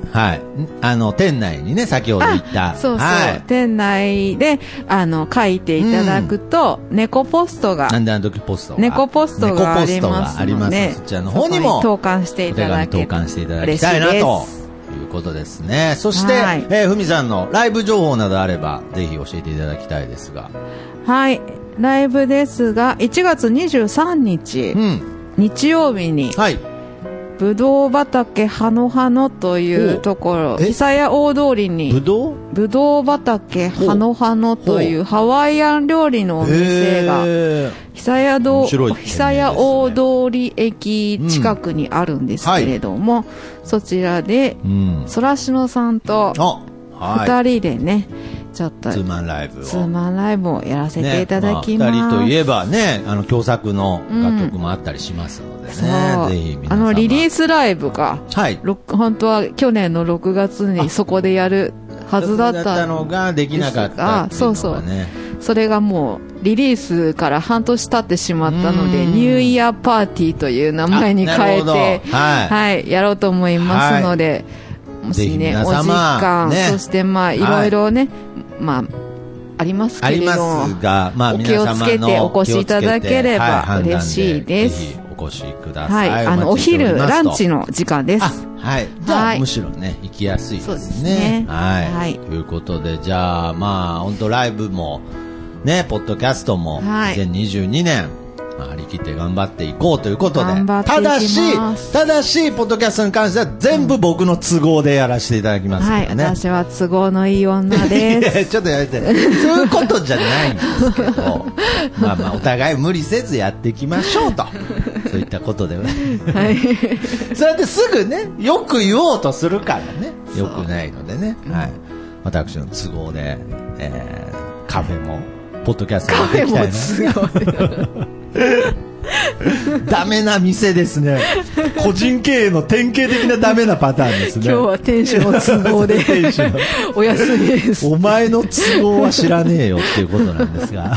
Speaker 4: はい。あの、店内にね、先ほど言った。
Speaker 3: そうそう。
Speaker 4: はい、
Speaker 3: 店内で、あの、書いていただくと、うん、猫ポストが。
Speaker 4: なんであの時ポストが。
Speaker 3: 猫ポストがありますので。猫ポストがあります。
Speaker 4: そちらの方にも。
Speaker 3: 投函していただけ
Speaker 4: 投函していただきたいなと。いうことですね。そして、はい、えー、ふみさんのライブ情報などあれば、ぜひ教えていただきたいですが。
Speaker 3: はい。ライブですが、いちがつにじゅうさんにち、うん、日曜日に、はい。ぶどう畑はのはのというところ、久屋大通りに、
Speaker 4: ぶどう
Speaker 3: ぶどう畑はのはのというハワイアン料理のお店が、久屋ど、ね、久屋大通り駅近くにあるんですけれども、うんはい、そちらで、うん、そらしのさんと、二人でね、ちょっと
Speaker 4: ツーマンライブを
Speaker 3: ツーマンライブをやらせていただきます。
Speaker 4: ねまあ、ふたりといえばね、あの共作の楽曲もあったりしますのでね、うん、ぜひ皆様
Speaker 3: あのリリースライブが、はい、本当は去年のろくがつにそこでやるはずだった
Speaker 4: だったのができなかったっていうのがね。
Speaker 3: そうそうそれがもうリリースから半年経ってしまったので、ニューイヤーパーティーという名前に変えて、はい、はい、やろうと思いますので、はい、もしね、お時間、ね、そしてまあいろいろね、はいまあ、ありますけれど
Speaker 4: ありますが、まあ、
Speaker 3: お気をつけてお越しいただければ嬉しいです。
Speaker 4: ぜひお越しください。
Speaker 3: はい、あの、お昼、ランチの時間です。
Speaker 4: はい。じゃあ、はい、むしろね、行きやすいですね。そうですね。はい。はい。ということで、じゃあ、まあ、本当ライブも、ね、ポッドキャストも、にせんにじゅうにねん、まあ、張り切って頑張っていこうということで、ただし、ただし、ポッドキャストに関しては全部僕の都合でやらせていただきますからね。
Speaker 3: はい、私は都合のいい女です。
Speaker 4: いや、ちょっとやめて。そういうことじゃないんですけど、まあまあ、お互い無理せずやっていきましょうと。そういったことでね。はい。それですぐね、よく言おうとするからね、よくないのでね。はい。私の都合で、えー、カフェも、ポッドキャストもできたいな。カフェも都合で。ダメな店ですね。個人経営の典型的なダメなパターンですね。
Speaker 3: 今日は店主の都合でお休みです。
Speaker 4: お前の都合は知らねえよっていうことなんですが。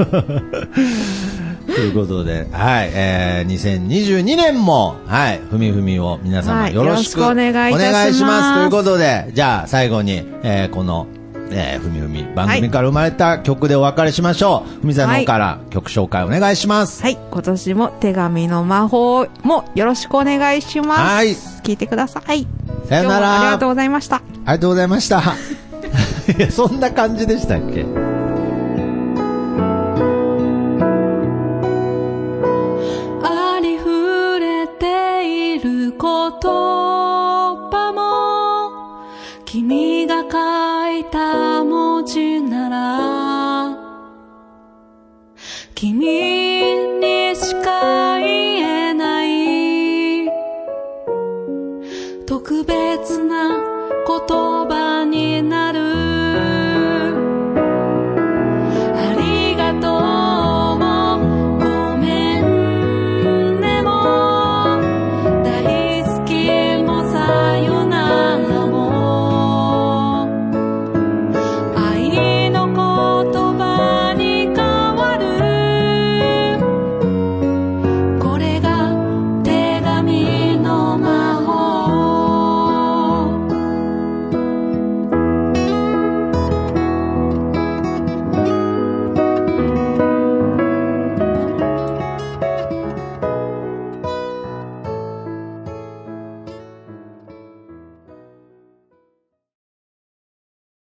Speaker 4: ということで、はい、えー、にせんにじゅうにねんも、はい、ふみふみを皆様よろしくお願いします。お願いします。ということで、じゃあ最後に、えー、このえー、ふみふみ番組から生まれた曲でお別れしましょう。ふみさんの方から曲紹介お願いします。
Speaker 3: はい、今年も手紙の魔法もよろしくお願いします。はい、聞いてください。
Speaker 4: さよなら。
Speaker 3: ありがとうございました。あ
Speaker 4: りがとうございました。いや、そんな感じでしたっけ？
Speaker 5: ありふれている言葉も君が書いた文字なら君